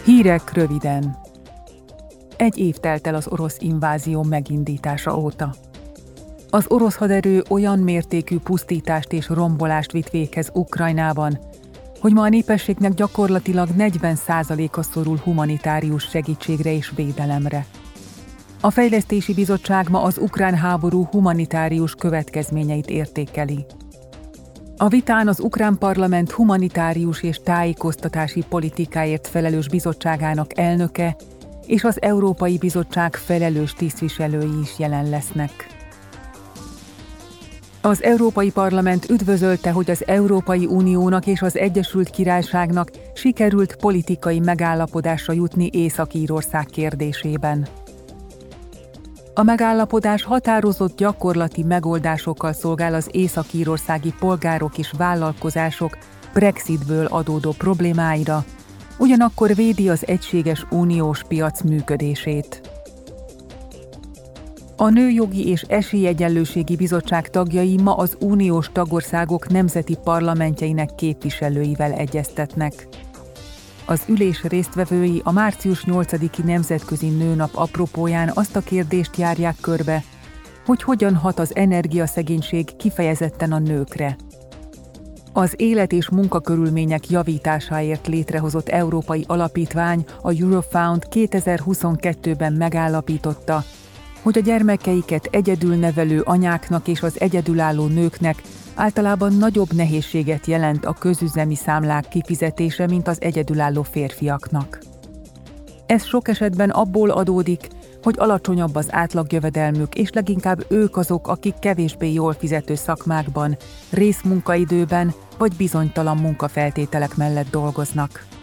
Hírek röviden. Egy év telt el az orosz invázió megindítása óta. Az orosz haderő olyan mértékű pusztítást és rombolást vitt véghez Ukrajnában, hogy ma a népességnek gyakorlatilag 40%-a szorul humanitárius segítségre és védelemre. A Fejlesztési Bizottság ma az ukrán háború humanitárius következményeit értékeli. A vitán az ukrán parlament humanitárius és tájékoztatási politikáért felelős bizottságának elnöke és az Európai Bizottság felelős tisztviselői is jelen lesznek. Az Európai Parlament üdvözölte, hogy az Európai Uniónak és az Egyesült Királyságnak sikerült politikai megállapodásra jutni Észak-Írország kérdésében. A megállapodás határozott gyakorlati megoldásokkal szolgál az észak-írországi polgárok és vállalkozások Brexitből adódó problémáira, ugyanakkor védi az egységes uniós piac működését. A Nőjogi és Esélyegyenlőségi Bizottság tagjai ma az uniós tagországok nemzeti parlamentjeinek képviselőivel egyeztetnek. Az ülés résztvevői a március 8-i Nemzetközi Nőnap apropóján azt a kérdést járják körbe, hogy hogyan hat az energiaszegénység kifejezetten a nőkre. Az élet- és munkakörülmények javításáért létrehozott európai alapítvány, a Eurofound 2022-ben megállapította, hogy a gyermekeiket egyedül nevelő anyáknak és az egyedülálló nőknek általában nagyobb nehézséget jelent a közüzemi számlák kifizetése, mint az egyedülálló férfiaknak. Ez sok esetben abból adódik, hogy alacsonyabb az átlagjövedelmük, és leginkább ők azok, akik kevésbé jól fizető szakmákban, részmunkaidőben vagy bizonytalan munkafeltételek mellett dolgoznak.